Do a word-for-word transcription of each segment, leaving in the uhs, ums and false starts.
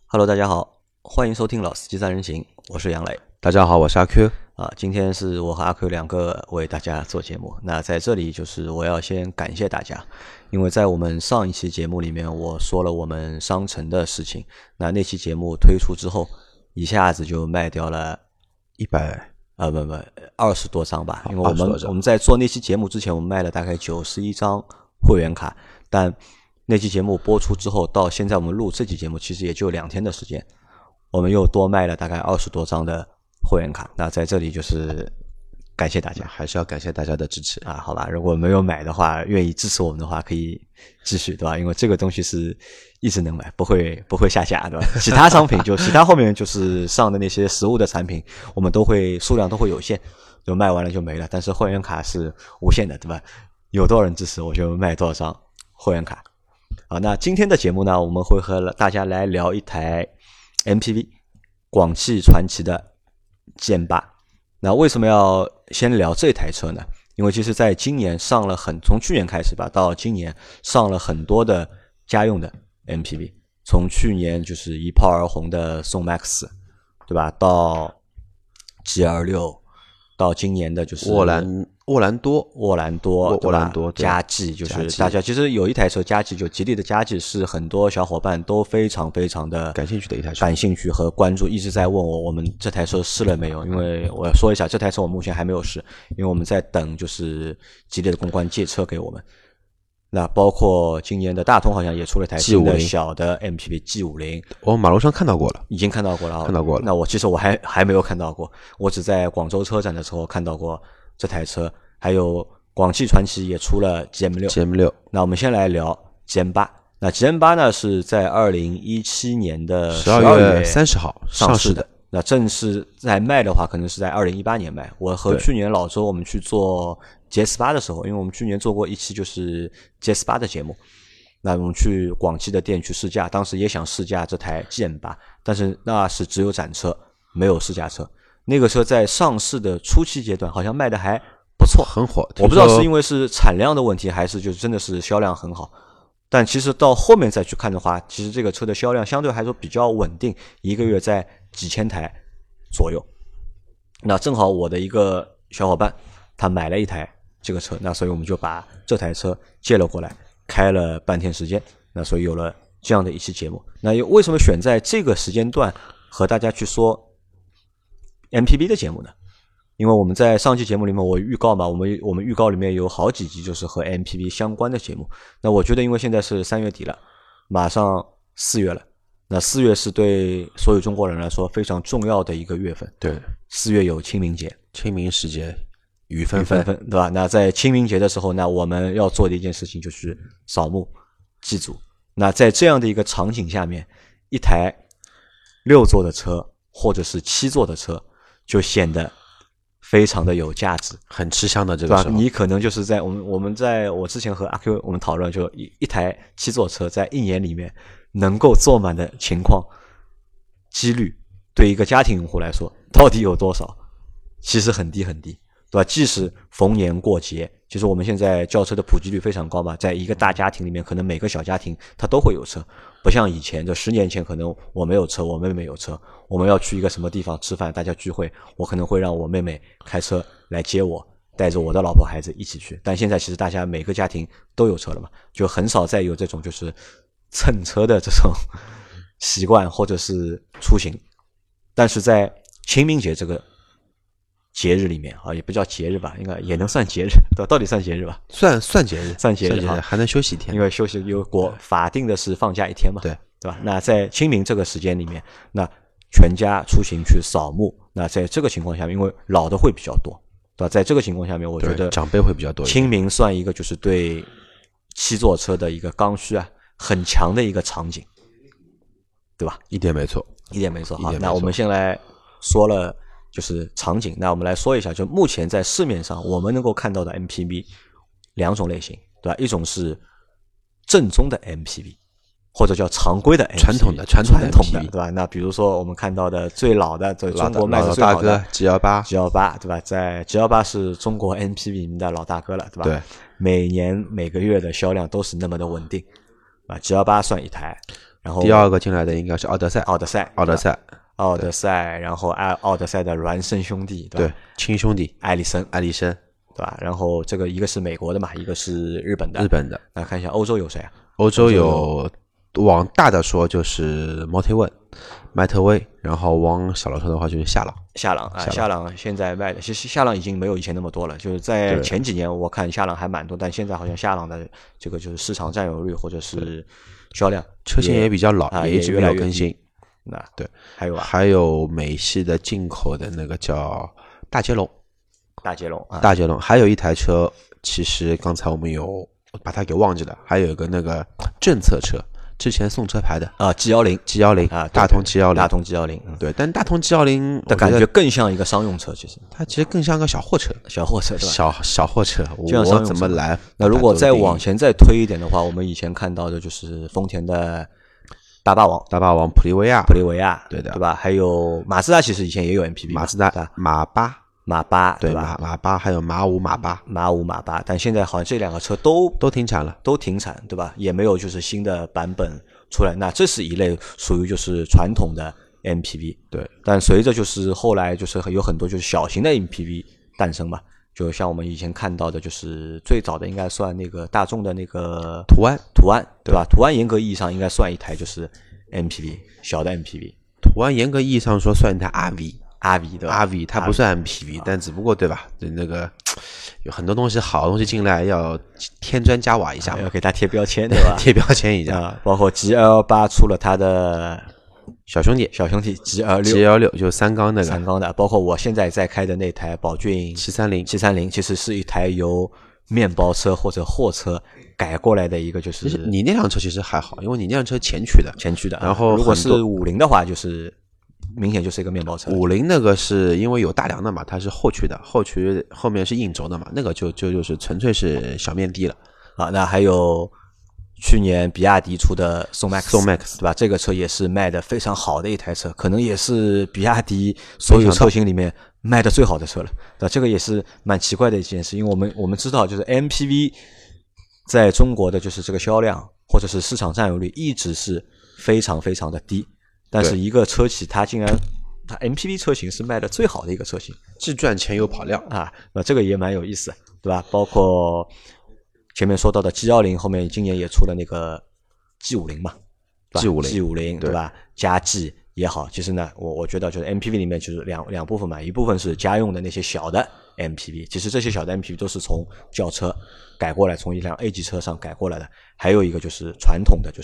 Hello，大家好，欢迎收听老司机三人行，我是杨磊。 大家好，我是阿 Q 啊，今天是我和阿 Q 两个为大家做节目。那在这里就是我要先感谢大家，因为在我们上一期节目里面我说了我们商城的事情，那那期节目推出之后，一下子就卖掉了一百啊不不二十多张吧，因为我们我们在做那期节目之前，我们卖了大概九十一张会员卡，但那期节目播出之后，到现在我们录这期节目其实也就两天的时间，我们又多卖了大概二十多张的会员卡。那在这里就是感谢大家， 还是要感谢大家的支持啊，好吧，如果没有买的话，愿意支持我们的话可以继续，对吧？因为这个东西是一直能买，不会不会下架，对吧？其他商品就其他后面就是上的那些实物的产品，我们都会数量都会有限，就卖完了就没了，但是会员卡是无限的，对吧？有多少人支持我就卖多少张会员卡。好，那今天的节目呢，我们会和大家来聊一台 M P V 广汽传祺的 G M 八。那为什么要先聊这台车呢？因为其实在今年上了很从去年开始吧，到今年上了很多的家用的 M P V， 从去年就是一炮而红的宋 MAX， 对吧？到 G L 六， 到今年的就是沃兰沃兰多沃兰多沃兰多嘉际，就是大家其实有一台车嘉际，就吉利的嘉际是很多小伙伴都非常非常的感兴趣的一台车， 感兴趣和关注，一直在问我我们这台车试了没有？因为我要说一下，这台车我目前还没有试，因为我们在等就是吉利的公关借车给我们。那包括今年的大通好像也出了一台新的小的 M P V G 五十， 我马路上看到过了， 已经看到过了， 看到过了。 那我其实我还还没有看到过，我只在广州车展的时候看到过这台车，还有广汽传祺也出了 G M 六。 G M 六， 那我们先来聊 G M 八。那 G M 八呢是在二零一七年的十二月三十号上市的。 那正式在卖的话，可能是在二零一八年卖。我和去年老周我们去做 G S 八的时候，因为我们去年做过一期就是 G S 八的节目，那我们去广汽的店去试驾，当时也想试驾这台 G M 八，但是那是只有展车，没有试驾车。那个车在上市的初期阶段好像卖的还不错， 很火。 我不知道是因为是产量的问题，还是就真的是销量很好。但其实到后面再去看的话，其实这个车的销量相对来说比较稳定，一个月在几千台左右。那正好我的一个小伙伴他买了一台这个车，那所以我们就把这台车借了过来，开了半天时间，那所以有了这样的一期节目。那为什么选在这个时间段和大家去说 M P V 的节目呢？因为我们在上期节目里面我预告嘛，我们我们预告里面有好几集就是和 M P V 相关的节目。那我觉得因为现在是三月底了，马上四月了，那四月是对所有中国人来说非常重要的一个月份。 对， 四月有清明节， 清明时节雨纷纷纷，对吧？那在清明节的时候，那我们要做的一件事情就是扫墓祭祖。那在这样的一个场景下面，一台六座的车或者是七座的车就显得非常的有价值， 很吃香的这个时候， 你可能就是在我们我们在我之前和阿 Q 我们讨论，就一一台七座车在一年里面能够坐满的情况几率，对一个家庭用户来说到底有多少？其实很低很低，对吧？即使逢年过节，其实我们现在轿车的普及率非常高嘛，在一个大家庭里面，可能每个小家庭它都会有车，不像以前，这十年前可能我没有车，我妹妹有车，我们要去一个什么地方吃饭，大家聚会，我可能会让我妹妹开车来接我，带着我的老婆孩子一起去。但现在其实大家每个家庭都有车了嘛，就很少再有这种就是蹭车的这种习惯或者是出行。但是在清明节这个节日里面啊，也不叫节日吧，应该也能算节日，到底算节日吧？ 算算节日， 算节日， 还能休息一天， 因为休息有国法定的是放假一天嘛， 对对吧？那在清明这个时间里面，那全家出行去扫墓，那在这个情况下面，因为老的会比较多，对吧？在这个情况下面，我觉得长辈会比较多。 清明算一个就是对七座车的一个刚需啊很强的一个场景，对吧？ 一点没错， 一点没错。好，那我们先来说了就是场景，那我们来说一下，就目前在市面上我们能够看到的 M P V 两种类型，对吧？一种是正宗的 M P V， 或者叫常规的 M P V， 传统的传统的 M P V， 对吧？那比如说我们看到的最老的，在中国卖的最好的 G L 八 G L 八， 对吧？在 G L 八是中国 M P V 里面的老大哥了，对吧？ 对， 每年每个月的销量都是那么的稳定啊。G L 八算一台， 然后第二个进来的应该是奥德赛， 奥德赛， 奥德赛， 奥德赛，然后爱奥德赛的孪生兄弟，对吧？ 对，亲兄弟， 艾力森， 艾力森， 对吧？然后这个一个是美国的嘛，一个是日本的， 日本的。 那看一下欧洲有谁啊？ 欧洲有，往大的说就是 Motivate 迈特威，然后往小了说的话就是夏朗。 夏朗啊，夏朗现在卖的，其实夏朗已经没有以前那么多了。就是在前几年我看夏朗还蛮多，但现在好像夏朗的这个就是市场占有率或者是销量， 车型也比较老， 啊、 也一直没有更新。 那对， 还有啊， 还有美系的进口的那个叫大捷龙， 大捷龙啊， 大捷龙，还有一台车，其实刚才我们有把它给忘记了，还有一个那个政策车。之前送车牌的啊 ，G 一零 G 一零啊， 大通 G 一零， 大通 G 一零， 对，但大通 G 一零的感觉更像一个商用车，其实它其实更像个小货车， 小货车， 小小货车，我怎么来？ 那如果再往前再推一点的话，我们以前看到的就是丰田的大霸王， 大霸王普利维亚， 普利维亚， 对的， 对吧？还有马自达，其实以前也有 M P V， 马自达马八。 马八对吧？ 马马八还有马五马八， 马五马八，但现在好像这两个车都都停产了， 都停产，对吧？也没有就是新的版本出来。那这是一类属于就是传统的 M P V， 对。 但随着就是后来就是有很多就是小型的 M P V 诞生嘛，就像我们以前看到的，就是最早的应该算那个大众的那个途安， 途安对吧？途安严格意义上应该算一台就是 M P V 小的 M P V， 途安严格意义上说算一台 R V。R V 对吧 ？R V 它不算 M P V， 但只不过对吧？那个有很多东西好东西进来要添砖加瓦一下嘛， 要给它贴标签对吧？ 贴标签一下啊，包括 G L 八出了它的小兄弟， 小兄弟 G L 六 G L 六就是三缸那个三缸的，包括我现在在开的那台宝骏七三零七三零，其实是一台由面包车或者货车改过来的一个，就是你那辆车其实还好，因为你那辆车前驱的， 前驱的， 然后如果是五菱的话，就是明显就是一个面包车。 五菱那个是因为有大梁的嘛，它是后驱的，后驱后面是硬轴的嘛，那个就就就是纯粹是小面的了。 啊，那还有去年比亚迪出的宋 MAX， 宋 MAX 对吧？这个车也是卖的非常好的一台车，可能也是比亚迪所有车型里面卖的最好的车了。对吧？这个也是蛮奇怪的一件事，因为我们我们知道，就是 M P V 在中国的就是这个销量或者是市场占有率一直是非常非常的低。但是一个车企它竟然它 M P V 车型是卖的最好的一个车型， 既赚钱又跑量啊，那这个也蛮有意思，对吧？包括前面说到的 G 一零，后面今年也出了那个 G 五零 嘛 ，G 五零 G 五零 对吧？加 G 也好，其实呢，我我觉得就是 M P V 里面就是两两部分嘛，一部分是家用的那些小的 M P V， 其实这些小的 M P V 都是从轿车改过来，从一辆 A 级车上改过来的，还有一个就是传统的就是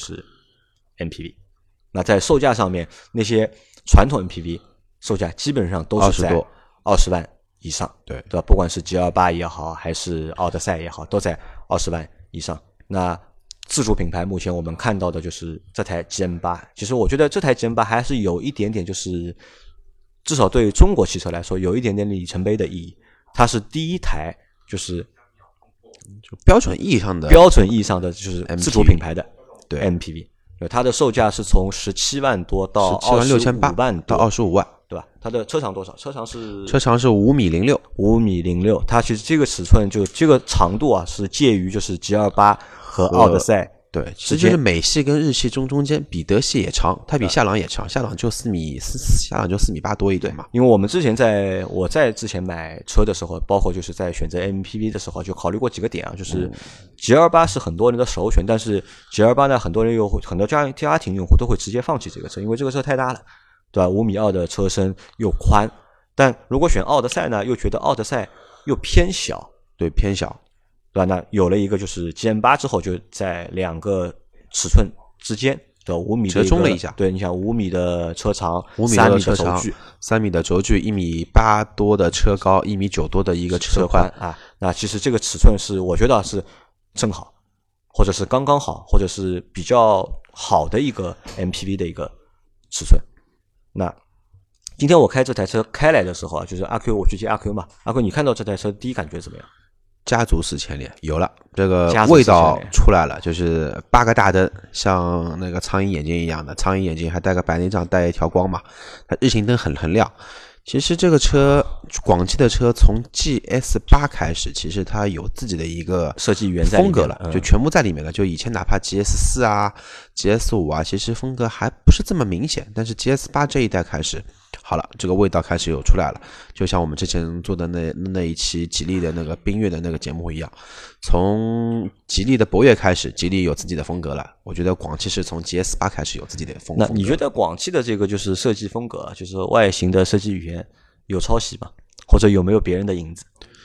M P V。那在售价上面，那些传统 M P V 售价基本上都是在二十万以上， 对对吧？不管是 G 二八 也好，还是奥德赛也好，都在二十万以上。那自主品牌目前我们看到的就是这台 G M 八，其实我觉得这台 G M 八还是有一点点，就是至少对于中国汽车来说，有一点点里程碑的意义。它是第一台就是就标准意义上的标准意义上的就是自主品牌的对 M P V。它的售价是从十七万多到二十五万到二十五万， 对吧？它的车长多少？车长是车长是五米零六， 五米零六。它其实这个尺寸就这个长度啊，是介于就是 G 二八 和奥德赛。 对，其实就是美系跟日系中中间，比德系也长，它比夏朗也长，夏朗就四米四，夏朗就四米八多一点嘛。 因为我们之前在我在之前买车的时候，包括就是在选择 M P V 的时候，就考虑过几个点啊，就是 G 二八 是很多人的首选，但是 G 二八 呢，很多人用户很多家家庭用户都会直接放弃这个车，因为这个车太大了，对吧？五米二的车身又宽，但如果选奥德赛呢，又觉得奥德赛又偏小， 对，偏小。 对吧？那有了一个就是 G M 八 之后，就在两个尺寸之间的五米的折中了一下。 对，你想五米的车长， 五米的车长，三米的轴距，一米八多的车高，一米九多的一个车宽啊。那其实这个尺寸是我觉得是正好，或者是刚刚好，或者是比较好的一个 M P V 的一个尺寸。那今天我开这台车开来的时候啊，就是阿 Q， 我去接阿 Q 嘛，阿 Q 你看到这台车第一感觉怎么样？ 家族四千里有了，这个味道出来了，就是八个大灯，像那个苍蝇眼睛一样的，苍蝇眼睛还带个白内障，带一条光嘛，它日行灯很很亮。 其实这个车，广汽的车从 G S 八 开始，其实它有自己的一个设计语言在里面风格了， 嗯就全部在里面了。就以前哪怕 G S 四 啊、G S 五 啊，其实风格还不是这么明显，但是 G S 八 这一代开始，好了，这个味道开始有出来了。就像我们之前做的那那一期吉利的那个缤越的那个节目一样，从吉利的博越开始，吉利有自己的风格了。我觉得广汽是从 G S 八 开始有自己的风格。 那你觉得广汽的这个就是设计风格，就是外形的设计语言有抄袭吗？或者有没有别人的影子？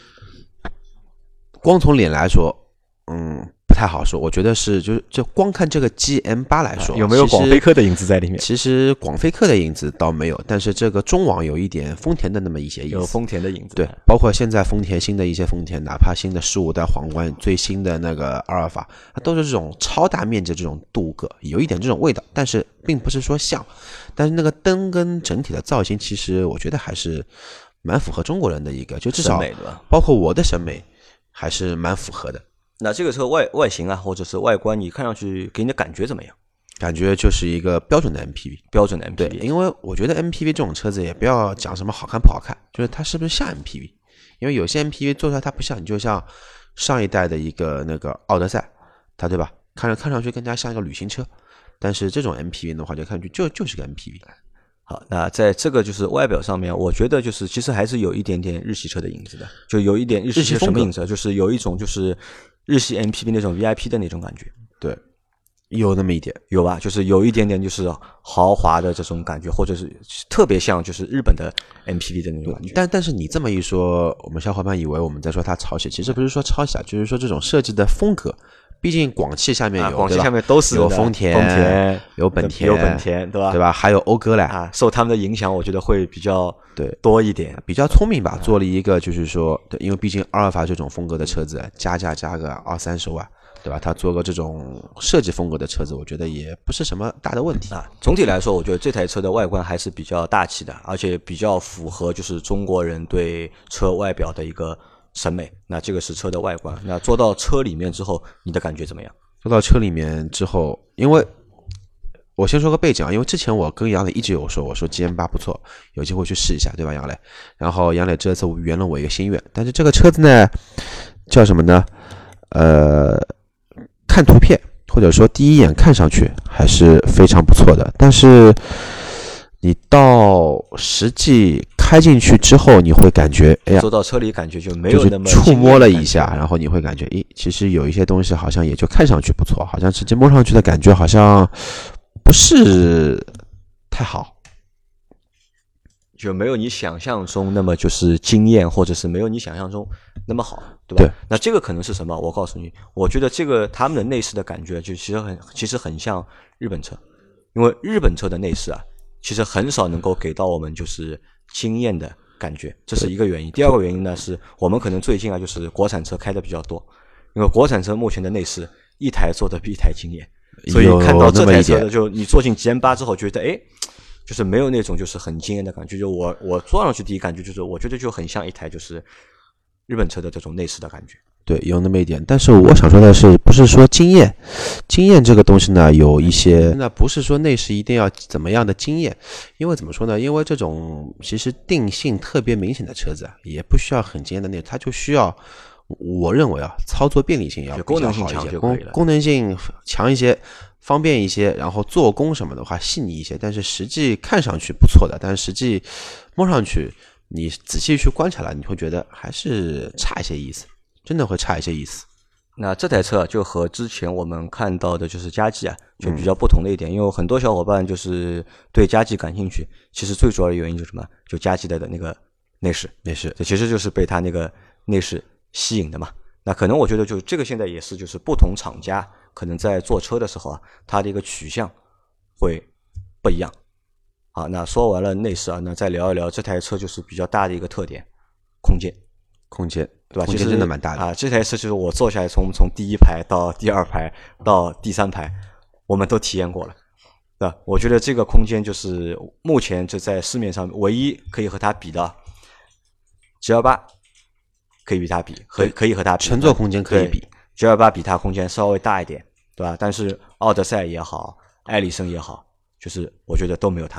光从脸来说，嗯，不太好说。我觉得是，就是就光看这个 G M 八 来说， 有没有广菲克的影子在里面？ 其实广菲克的影子倒没有，但是这个中网有一点丰田的那么一些意思， 有丰田的影子。 对，包括现在丰田新的一些丰田，哪怕新的十五代皇冠、最新的那个阿尔法，它都是这种超大面积这种镀铬，有一点这种味道，但是并不是说像。但是那个灯跟整体的造型，其实我觉得还是蛮符合中国人的一个，就至少包括我的审美还是蛮符合的。 那这个车外外形啊，或者是外观，你看上去给你的感觉怎么样？ 感觉就是一个标准的 M P V， 标准的 M P V。 对，因为我觉得 M P V 这种车子也不要讲什么好看不好看，就是它是不是像 M P V。因为有些 M P V 做出来它不像，你就像上一代的一个那个奥德赛，它对吧？看着看上去更加像一个旅行车，但是这种 M P V 的话，就看上去就就是个 M P V。 好，那在这个就是外表上面，我觉得就是其实还是有一点点日系车的影子的，就有一点日系车什么影子，就是有一种就是日系 M P V 那种 V I P 的那种感觉。 对，有那么一点， 有吧？就是有一点点就是豪华的这种感觉，或者是特别像就是日本的 M P V 的那种感觉。 但但是你这么一说，我们小伙伴以为我们在说它抄袭，其实不是说抄袭啊，就是说这种设计的风格。毕竟广汽下面有， 啊、广汽下面都是有丰田、 丰田有本田、 有本田，对吧？ 对吧？还有讴歌嘞啊，受他们的影响，我觉得会比较对多一点， 比较聪明吧。做了一个就是说，对，因为毕竟阿尔法这种风格的车子，加价加个二三十万，对吧？他做个这种设计风格的车子，我觉得也不是什么大的问题啊。总体来说，我觉得这台车的外观还是比较大气的，而且比较符合就是中国人对车外表的一个审美。那这个是车的外观，那坐到车里面之后，你的感觉怎么样？ 坐到车里面之后，因为我先说个背景啊，因为之前我跟杨磊一直有说，我说 G M 八 不错，有机会去试一下，对吧，杨磊？然后杨磊这次圆了我一个心愿，但是这个车子呢，叫什么呢？呃，看图片或者说第一眼看上去还是非常不错的，但是你到实际开进去之后，你会感觉，哎呀， 坐到车里感觉就没有那么触摸了一下，然后你会感觉，诶，其实有一些东西好像也就看上去不错，好像实际摸上去的感觉好像不是太好， 就没有你想象中那么就是惊艳，或者是没有你想象中那么好，对吧？ 对。 那这个可能是什么？我告诉你，我觉得这个他们的内饰的感觉就其实很其实很像日本车，因为日本车的内饰啊，其实很少能够给到我们就是惊艳的感觉，这是一个原因。第二个原因呢，是我们可能最近啊，就是国产车开的比较多，因为国产车目前的内饰一台做的比一台惊艳，所以看到这台车的，就你坐进 G M 八 之后，觉得哎，就是没有那种就是很惊艳的感觉。就我我坐上去第一感觉就是，我觉得就很像一台就是日本车的这种内饰的感觉。 对，有那么一点。但是我想说的是，不是说惊艳，惊艳这个东西呢，有一些，那不是说内饰一定要怎么样的惊艳，因为怎么说呢？因为这种其实定性特别明显的车子啊，也不需要很惊艳的内饰，它就需要，我认为啊，操作便利性要比较好一些，功功能性强一些，方便一些，然后做工什么的话细腻一些。但是实际看上去不错的，但是实际摸上去，你仔细去观察了，你会觉得还是差一些意思。真的会差一些意思。 那这台车就和之前我们看到的就是嘉际啊，就比较不同的一点，嗯、因为很多小伙伴就是对嘉际感兴趣，其实最主要的原因就是什么？就嘉际的那个内饰， 内饰， 这其实就是被它那个内饰吸引的嘛。那可能我觉得就这个现在也是就是不同厂家可能在做车的时候啊，它的一个取向会不一样。好，那说完了内饰啊，那再聊一聊这台车就是比较大的一个特点，空间。 空间对吧？ 空间真的蛮大的啊！这台车就是我坐下来从从第一排到第二排到第三排，我们都体验过了，对吧？我觉得这个空间就是目前就在市面上唯一可以和它比的 G L 八 可以比它比，和可以和它比， 乘坐空间可以比 G L 八 比它空间稍微大一点，对吧？但是奥德赛也好，艾力绅也好，就是我觉得都没有它大。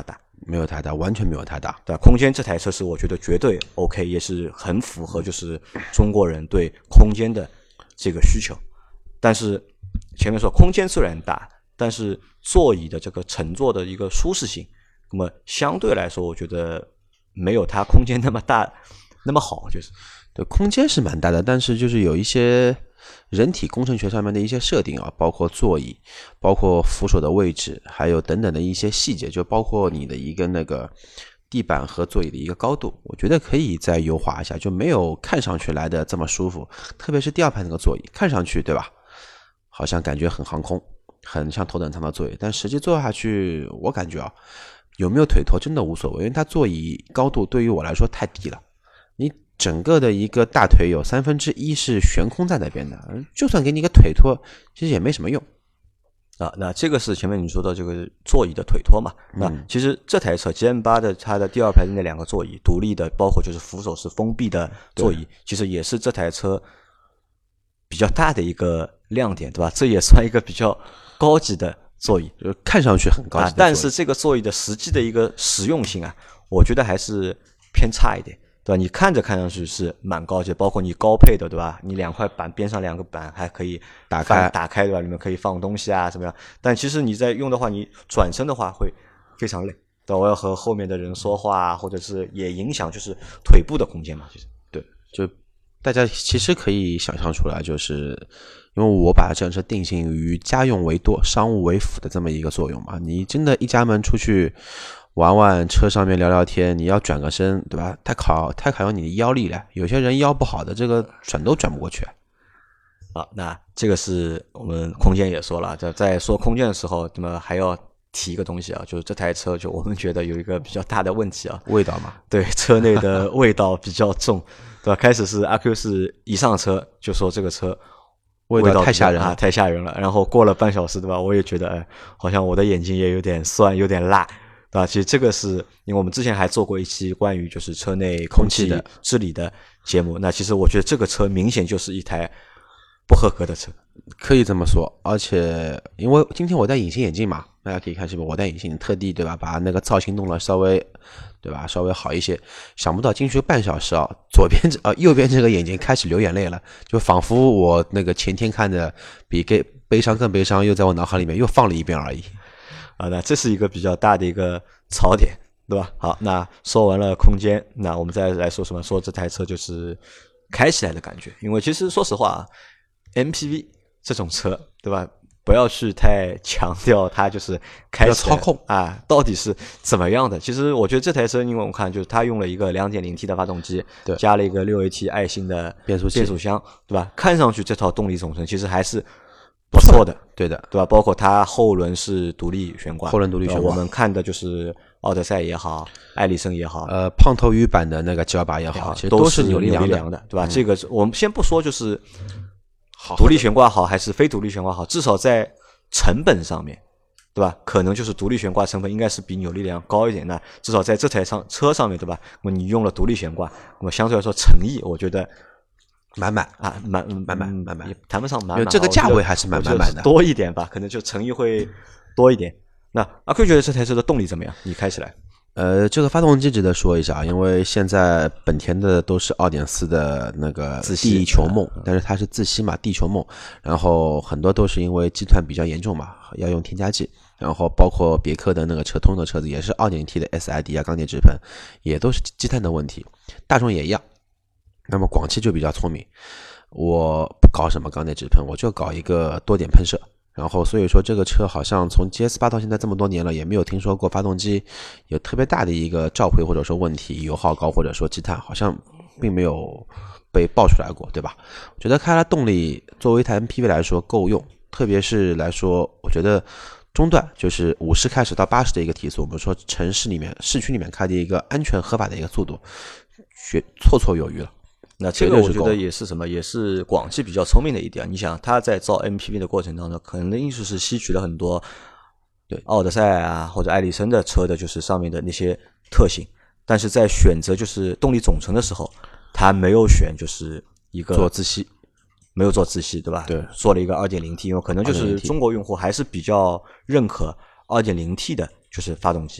没有太大，完全没有太大。 对，空间这台车是我觉得绝对 OK， 也是很符合就是中国人对空间的这个需求。但是前面说空间虽然大，但是座椅的这个乘坐的一个舒适性，那么相对来说，我觉得没有它空间那么大那么好，就是对，空间是蛮大的，但是就是有一些人体工程学上面的一些设定啊，包括座椅，包括扶手的位置，还有等等的一些细节，就包括你的一个那个地板和座椅的一个高度，我觉得可以再优化一下，就没有看上去来的这么舒服。特别是第二排那个座椅，看上去对吧，好像感觉很航空，很像头等舱的座椅，但实际坐下去，我感觉啊，有没有腿托真的无所谓，因为它座椅高度对于我来说太低了，你整个的一个大腿有三分之一是悬空在那边的，就算给你一个腿托，其实也没什么用啊。那这个是前面你说的这个座椅的腿托嘛？那其实这台车 G M 八 的它的第二排的那两个座椅独立的，包括就是扶手是封闭的座椅，其实也是这台车比较大的一个亮点，对吧？这也算一个比较高级的座椅， 就看上去很高级的座椅、 啊、但是这个座椅的实际的一个实用性啊，我觉得还是偏差一点。对吧？你看着看上去是蛮高级，包括你高配的，对吧？你两块板边上两个板还可以打开， 打开，对吧？里面可以放东西啊，怎么样？但其实你在用的话，你转身的话会非常累，对吧？我要和后面的人说话，或者是也影响就是腿部的空间嘛。其实， 对，就大家其实可以想象出来，就是因为我把这辆车定性于家用为多、商务为辅的这么一个作用嘛。你真的一家门出去玩玩，车上面聊聊天，你要转个身，对吧？太考太考验你的腰力了。有些人腰不好的，这个转都转不过去。 啊，那这个是我们空间也说了，在在说空间的时候，那么还要提一个东西啊，就是这台车就我们觉得有一个比较大的问题啊， 味道嘛， 对，车内的味道比较重，对吧？开始是阿 Q 是一上车就说这个车味道太吓人了、 啊，太吓人了。然后过了半小时，对吧？我也觉得，哎，好像我的眼睛也有点酸，有点辣。对吧？其实这个是因为我们之前还做过一期关于就是车内空气治理的节目。那其实我觉得这个车明显就是一台不合格的车， 可以这么说。而且因为今天我戴隐形眼镜嘛，大家可以看是不是我戴隐形，特地对吧，把那个造型弄了稍微对吧，稍微好一些。想不到进去半小时啊，左边这啊右边这个眼睛开始流眼泪了，就仿佛我那个前天看的比给悲伤更悲伤，又在我脑海里面又放了一遍而已。 啊，那这是一个比较大的一个槽点，对吧？好，那说完了空间，那我们再来说什么？说这台车就是开起来的感觉。因为其实说实话 ，M P V 这种车，对吧？不要去太强调它就是开起来操控啊，到底是怎么样的？其实我觉得这台车，因为我看就是它用了一个 二点零 T 的发动机， 对， 加了一个 六 A T 爱信的变速变速箱，对吧？看上去这套动力总成其实还是不错的， 对的， 对吧？包括它后轮是独立悬挂， 后轮独立悬挂， 我们看的就是奥德赛也好，艾力绅也好， 呃，胖头鱼版的那个 G L 八也好，其实都是扭力梁梁的，对吧？ 嗯、 这个我们先不说就是独立悬挂好还是非独立悬挂好，至少在成本上面，对吧？可能就是独立悬挂成本应该是比扭力梁高一点，那至少在这台上车上面，对吧？那么你用了独立悬挂，那么相对来说诚意，我觉得。 满满啊，满满满满满， 也谈不上满满， 这个价位还是满满满的， 多一点吧，可能就诚意会多一点。那阿 Q 觉得这台车的动力怎么样？你开起来？ 呃，这个发动机值得说一下，因为现在本田的都是 二点四 的那个地球梦，但是它是自吸嘛，地球梦，然后很多都是因为积碳比较严重嘛，要用添加剂，然后包括别克的那个车通的车子也是 二点零 T 的 S I D 啊，钢铁直喷，也都是积碳的问题，大众也一样。那么广汽就比较聪明，我不搞什么钢铁直喷，我就搞一个多点喷射，然后所以说这个车好像从 G S 八 到现在这么多年了，也没有听说过发动机有特别大的一个召回或者说问题，油耗高或者说积碳，好像并没有被爆出来过，对吧？我觉得开它动力作为一台 M P V 来说够用，特别是来说，我觉得中段就是五十开始到八十的一个提速，我们说城市里面、市区里面开的一个安全合法的一个速度，学绰绰有余了。 那这个我觉得也是什么，也是广汽比较聪明的一点。你想，他在造 M P V 的过程当中，可能因素是吸取了很多对奥德赛啊或者艾力绅的车的，就是上面的那些特性，但是在选择就是动力总成的时候，他没有选就是一个做自吸， 没有做自吸，对吧？ 对， 做了一个 二点零 T， 因为可能就是中国用户还是比较认可 二点零 T 的就是发动机。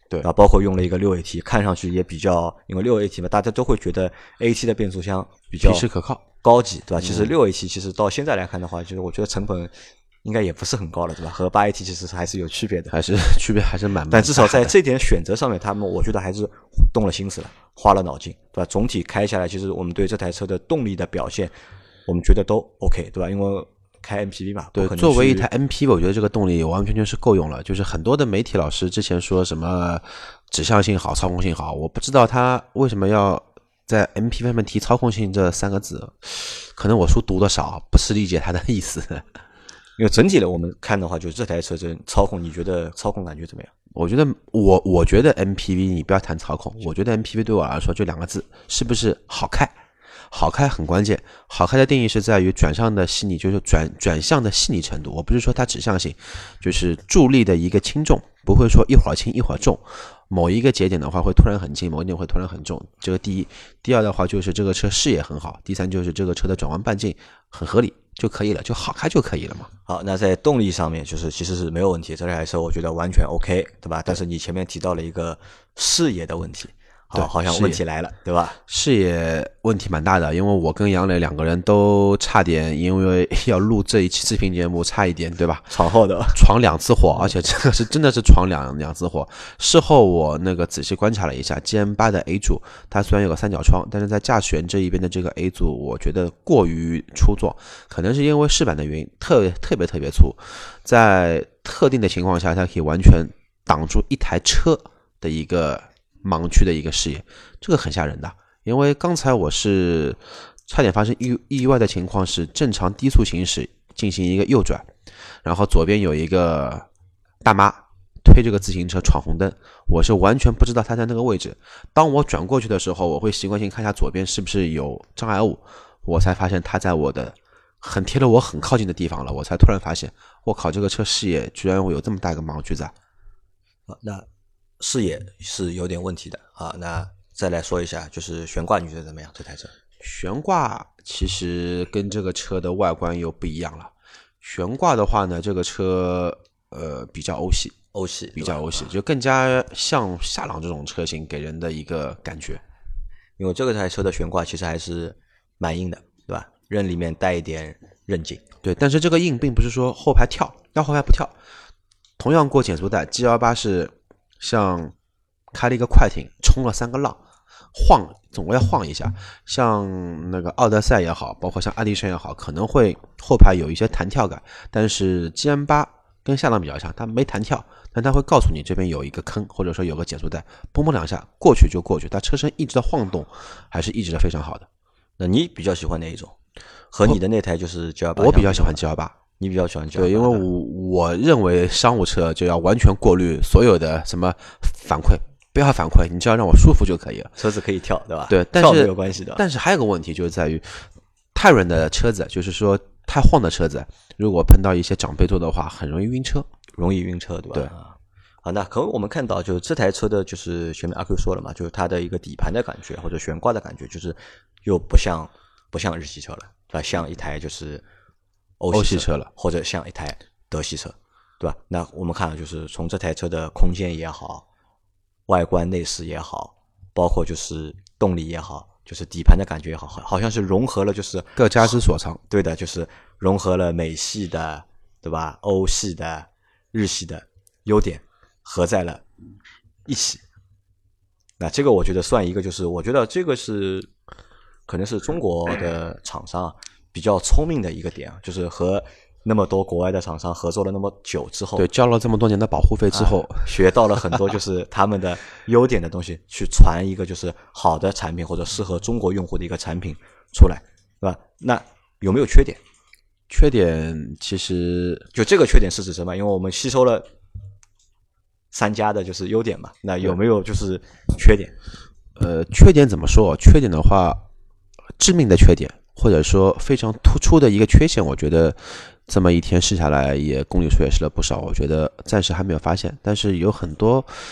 对， 然后包括用了一个六 A T， 看上去也比较，因为六 A T 嘛，大家都会觉得 A T 的变速箱比较皮实可靠、 高级，对吧？其实六 A T 其实到现在来看的话，就是我觉得成本应该也不是很高了，对吧？和八 A T 其实还是有区别的， 还是区别还是蛮， 但至少在这点选择上面，他们我觉得还是动了心思了，花了脑筋，对吧？总体开下来，其实我们对这台车的动力的表现，我们觉得都 OK， 对吧？因为开 M P V 嘛， 对，作为一台 M P V， 我觉得这个动力完完全全是够用了。就是很多的媒体老师之前说什么指向性好、操控性好，我不知道他为什么要在 M P V 上面提操控性这三个字，可能我书读的少，不是理解他的意思。 因为整体的我们看的话，就是这台车这操控，你觉得操控感觉怎么样？ 我觉得我我觉得 M P V 你不要谈操控，我觉得 M P V 对我来说就两个字，是不是好开？好开很关键，好开的定义是在于转向的细腻，就是转转向的细腻程度。我不是说它指向性，就是助力的一个轻重，不会说一会儿轻一会儿重，某一个节点的话会突然很轻，某一点会突然很重。这个第一，第二的话就是这个车视野很好，第三就是这个车的转弯半径很合理就可以了，就好开就可以了嘛。 好，那在动力上面就是其实是没有问题，这台车我觉得完全 OK， 对吧？但是你前面提到了一个视野的问题。好，好像问题来了，对吧？ 视野问题蛮大的，因为我跟杨磊两个人都差点，因为要录这一期视频节目，差一点，对吧？ 闯祸的， 闯两次祸，而且这个是真的是闯两两次祸。事后我那个仔细观察了一下 ，G M 八 的 A 柱，它虽然有个三角窗，但是在驾驶员这一边的这个 A 柱，我觉得过于粗壮，可能是因为饰板的原因，特别特别特别粗，在特定的情况下，它可以完全挡住一台车的一个盲区的一个视野，这个很吓人的。因为刚才我是差点发生意意外的情况，是正常低速行驶进行一个右转，然后左边有一个大妈推这个自行车闯红灯，我是完全不知道她在那个位置。当我转过去的时候，我会习惯性看一下左边是不是有障碍物，我才发现她在我的很贴了我很靠近的地方了，我才突然发现，我靠，这个车视野居然会有这么大个盲区在。 好，那视野是有点问题的啊。那再来说一下，就是悬挂你觉得怎么样？这台车悬挂其实跟这个车的外观又不一样了。悬挂的话呢，这个车呃比较欧系， 欧系比较欧系，就更加像夏朗这种车型给人的一个感觉。 因为这个台车的悬挂其实还是蛮硬的，对吧？刃里面带一点韧劲。 对，但是这个硬并不是说后排跳，要后排不跳。同样过减速带 ，G 十八 是像开了一个快艇，冲了三个浪，晃，总归要晃一下。像那个奥德赛也好，包括像爱迪生也好，可能会后排有一些弹跳感，但是 G M 八 跟夏朗比较像，它没弹跳，但它会告诉你这边有一个坑，或者说有个减速带，嘣嘣两下过去就过去，它车身一直的晃动，还是一直的非常好的。 那你比较喜欢哪一种？和你的那台就是 G 十八， 我比较喜欢 G 十八。 你比较喜欢 G 十八？ 对，因为我我认为商务车就要完全过滤所有的什么反馈，不要反馈，你只要让我舒服就可以了。 车子可以跳，对吧？ 对，但是跳没有关系的。 但是还有个问题就是在于，太软的车子，就是说太晃的车子，如果碰到一些长辈座的话，很容易晕车， 容易晕车，对吧？ 对。 好，那可我们看到，就是这台车的，就是前面阿 Q 说了嘛，就是它的一个底盘的感觉或者悬挂的感觉，就是又不像不像日系车了，对吧？像一台就是欧系车了， 或者像一台德系车，对吧？那我们看到就是从这台车的空间也好，外观内饰也好，包括就是动力也好，就是底盘的感觉也好，好像是融合了就是各家之所长。 对的，就是融合了美系的，对吧？欧系的、日系的优点合在了一起。那这个我觉得算一个，就是我觉得这个是可能是中国的厂商比较聪明的一个点，就是和那么多国外的厂商合作了那么久之后， 对，交了这么多年的保护费之后， 啊、学到了很多就是他们的优点的东西，去传一个就是好的产品或者适合中国用户的一个产品出来，对吧？那有没有缺点？ 缺点其实就这个缺点是指什么？因为我们吸收了三家的就是优点嘛，那有没有就是缺点？ 呃，缺点怎么说？缺点的话，致命的缺点，或者说非常突出的一个缺陷，我觉得这么一天试下来，也公里数也试了不少，我觉得暂时还没有发现。但是有很多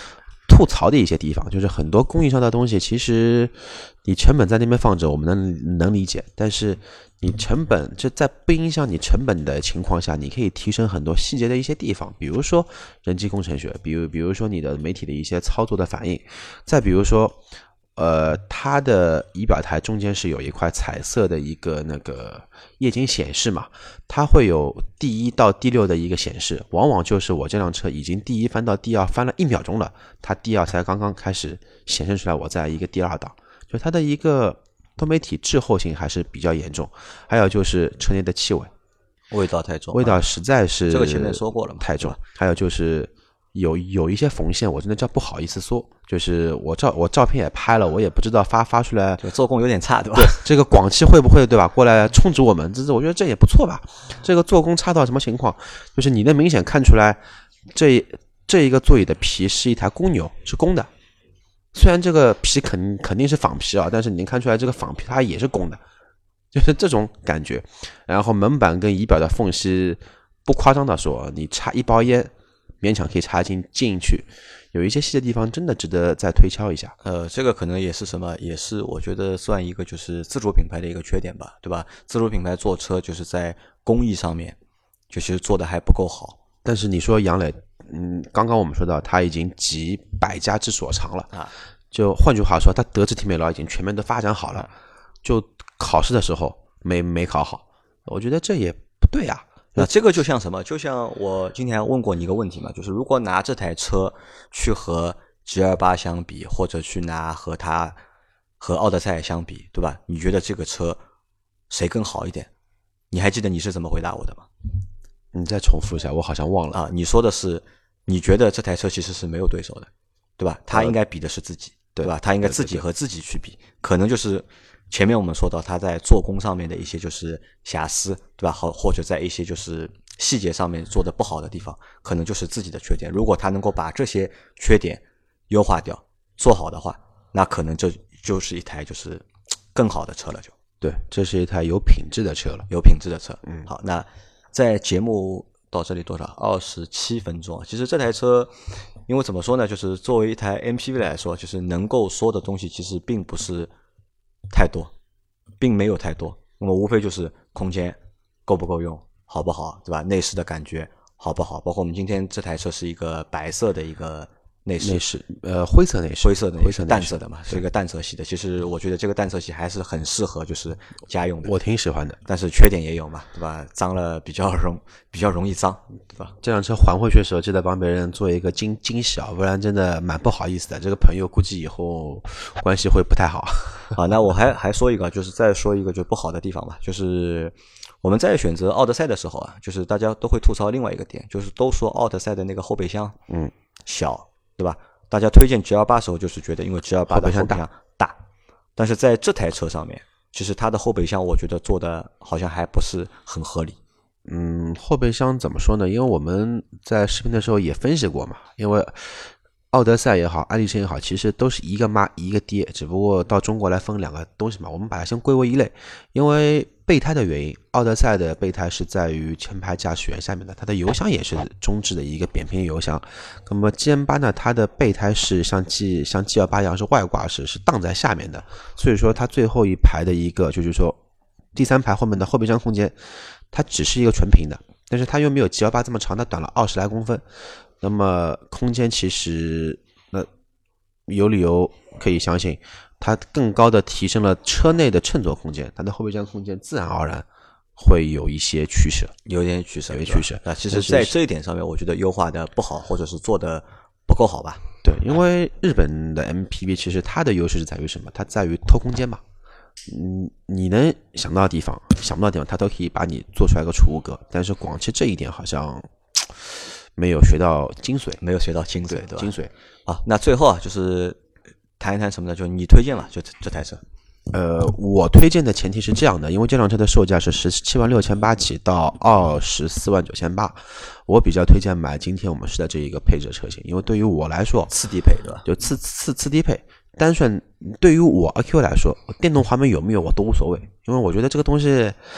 吐槽的一些地方，就是很多供应商的东西，其实你成本在那边放着，我们能能理解，但是你成本这在不影响你成本的情况下，你可以提升很多细节的一些地方，比如说人机工程学，比如比如说你的媒体的一些操作的反应，再比如说。呃，它的仪表台中间是有一块彩色的一个那个液晶显示嘛，它会有第一到第六的一个显示，往往就是我这辆车已经第一翻到第二翻了一秒钟了，它第二才刚刚开始显示出来我在一个第二档，就它的一个多媒体滞后性还是比较严重。还有就是车内的气味， 味道太重， 味道实在是这个前面说过了嘛， 太重。还有就是有有一些缝线，我真的叫不好意思说，就是我照我照片也拍了，我也不知道发发出来， 就做工有点差，对吧？ 对，这个广汽会不会对吧？过来冲击我们，这是我觉得这也不错吧。这个做工差到什么情况？就是你能明显看出来，这这一个座椅的皮是一台公牛，是公的。虽然这个皮肯肯定是仿皮啊，但是你能看出来这个仿皮它也是公的，就是这种感觉。然后门板跟仪表的缝隙，不夸张的说，你插一包烟。勉强可以插进进去，有一些细的地方真的值得再推敲一下。 呃，这个可能也是什么，也是我觉得算一个就是自主品牌的一个缺点吧，对吧？自主品牌做车就是在工艺上面，就其实做的还不够好。 但是你说杨磊，嗯，刚刚我们说到他已经集百家之所长了啊，就换句话说，他德智体美劳已经全面都发展好了，就考试的时候没没考好，我觉得这也不对啊。 那这个就像什么？就像我今天问过你一个问题嘛，就是如果拿这台车去和 G 二十八 相比，或者去拿和它和奥德赛相比，对吧？你觉得这个车谁更好一点？你还记得你是怎么回答我的吗？ 你再重复一下，我好像忘了啊。你说的是你觉得这台车其实是没有对手的，对吧？他应该比的是自己，对吧？他应该自己和自己去比，可能就是前面我们说到他在做工上面的一些就是瑕疵，对吧？好，或者在一些就是细节上面做的不好的地方，可能就是自己的缺点。如果他能够把这些缺点优化掉，做好的话，那可能这就是一台就是更好的车了就。 对，这是一台有品质的车了， 有品质的车。 嗯， 好，那在节目到这里多少？二十七分钟。其实这台车，因为怎么说呢，就是作为一台 M P V 来说，就是能够说的东西其实并不是太多，并没有太多。那么无非就是空间够不够用，好不好，对吧？内饰的感觉好不好？包括我们今天这台车是一个白色的一个内饰， 内饰呃灰色内饰， 灰色的内饰，淡色的嘛，是一个淡色系的。其实我觉得这个淡色系还是很适合就是家用的， 我挺喜欢的。 但是缺点也有嘛，对吧？脏了比较容比较容易脏，对吧？ 这辆车还回去的时候记得帮别人做一个惊惊喜啊，不然真的蛮不好意思的。这个朋友估计以后关系会不太好。 好，那我还还说一个，就是再说一个就不好的地方吧，就是我们在选择奥德赛的时候啊，就是大家都会吐槽另外一个点，就是都说奥德赛的那个后备箱嗯小，对吧？大家推荐 G 二十八 时候就是觉得因为 G 二十八 的后备箱大，大，但是在这台车上面，其实它的后备箱我觉得做的好像还不是很合理。 嗯，后备箱怎么说呢？因为我们在视频的时候也分析过嘛，因为奥德赛也好，安力绅也好，其实都是一个妈一个爹，只不过到中国来分两个东西嘛，我们把它先归为一类。因为备胎的原因，奥德赛的备胎是在于前排驾驶员下面的，它的油箱也是中置的一个扁平油箱。那么 G M 八 呢，它的备胎是像 G 像 G 二十八 一样是外挂式，是荡在下面的，所以说它最后一排的一个就是说第三排后面的后备箱空间，它只是一个纯平的，但是它又没有 G 二十八 这么长，它短了二十来公分。那么空间其实那有理由可以相信，它更高的提升了车内的乘坐空间，它的后备箱空间自然而然会有一些取舍， 有点取舍， 有点取舍。 那其实在这一点上面，我觉得优化的不好，或者是做的不够好吧？ 对，因为日本的 M P V 其实它的优势是在于什么？它在于偷空间嘛。嗯，你能想到的地方，想不到的地方，它都可以把你做出来个储物格。但是广汽这一点好像没有学到精髓， 没有学到精髓，对吧？ 精髓啊，那最后啊，就是谈一谈什么呢？就你推荐了，就这台车。 呃，我推荐的前提是这样的，因为这辆车的售价是十七万六千八起到二十四万九千八，我比较推荐买今天我们试的这一个配置的车型，因为对于我来说， 次低配对吧？ 就次次次低配。单算对于我阿 Q 来说，电动滑门有没有我都无所谓，因为我觉得这个东西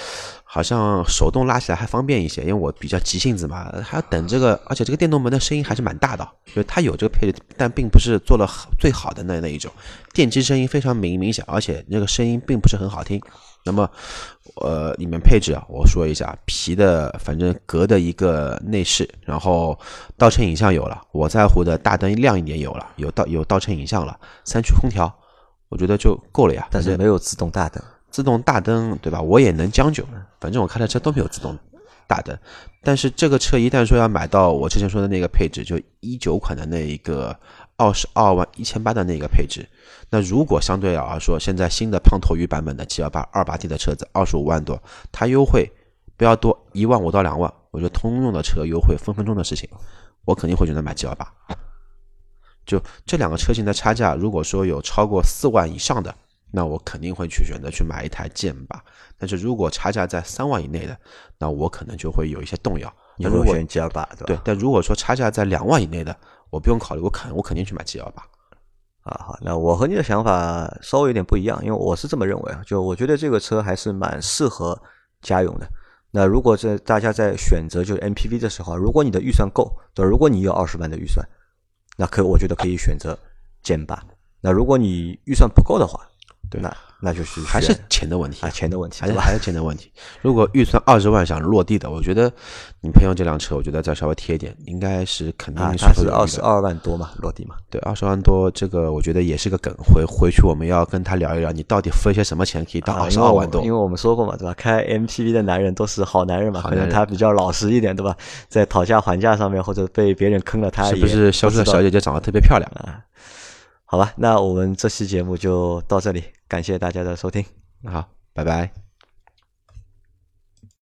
好像手动拉起来还方便一些，因为我比较急性子嘛，还要等这个，而且这个电动门的声音还是蛮大的，就是它有这个配置，但并不是做了最好的那那一种，电机声音非常明明显，而且那个声音并不是很好听。那么，呃，里面配置啊，我说一下，皮的，反正隔的一个内饰，然后倒车影像有了，我在乎的大灯亮一点有了，有倒有倒车影像了，三区空调，我觉得就够了呀。 但是没有自动大灯， 自动大灯对吧？我也能将就，反正我开的车都没有自动大灯。但是这个车一旦说要买到我之前说的那个配置，就一九款的那一个二十二万一千八的那个配置，那如果相对而说，现在新的胖头鱼版本的 七一八 二八 T 的车子二十五万多，它优惠不要多一万五到两万，我觉得通用的车优惠分分钟的事情，我肯定会选择买 七一八。就这两个车型的差价，如果说有超过四万以上的，那我肯定会去选择去买一台 G M 八。但是如果差价在三万以内的，那我可能就会有一些动摇。 你会选 G L 八 对吧？ 对，但如果说差价在两万以内的，我不用考虑，我肯我肯定去买 G L 八。 啊，好，那我和你的想法稍微有点不一样，因为我是这么认为啊，就我觉得这个车还是蛮适合家用的。那如果在大家在选择就是 M P V 的时候，如果你的预算够，对，如果你有二十万的预算，那可我觉得可以选择 G M 八。那如果你预算不够的话，对，那那就是还是钱的问题啊，钱的问题， 还是还是钱的问题。如果预算二十万想落地的，我觉得你朋友这辆车，我觉得再稍微贴一点，应该是肯定啊， 是它是二十二万多嘛，落地嘛。 对，二十万多，这个我觉得也是个梗。回回去我们要跟他聊一聊，你到底付一些什么钱可以到二十二万多、 啊因？因为我们说过嘛，对吧？开 M P V 的男人都是好男人嘛，可能他比较老实一点，对吧？在讨价还价上面或者被别人坑了，他也是不是销售小姐姐长得特别漂亮啊？好吧，那我们这期节目就到这里，感谢大家的收听。 好，拜拜。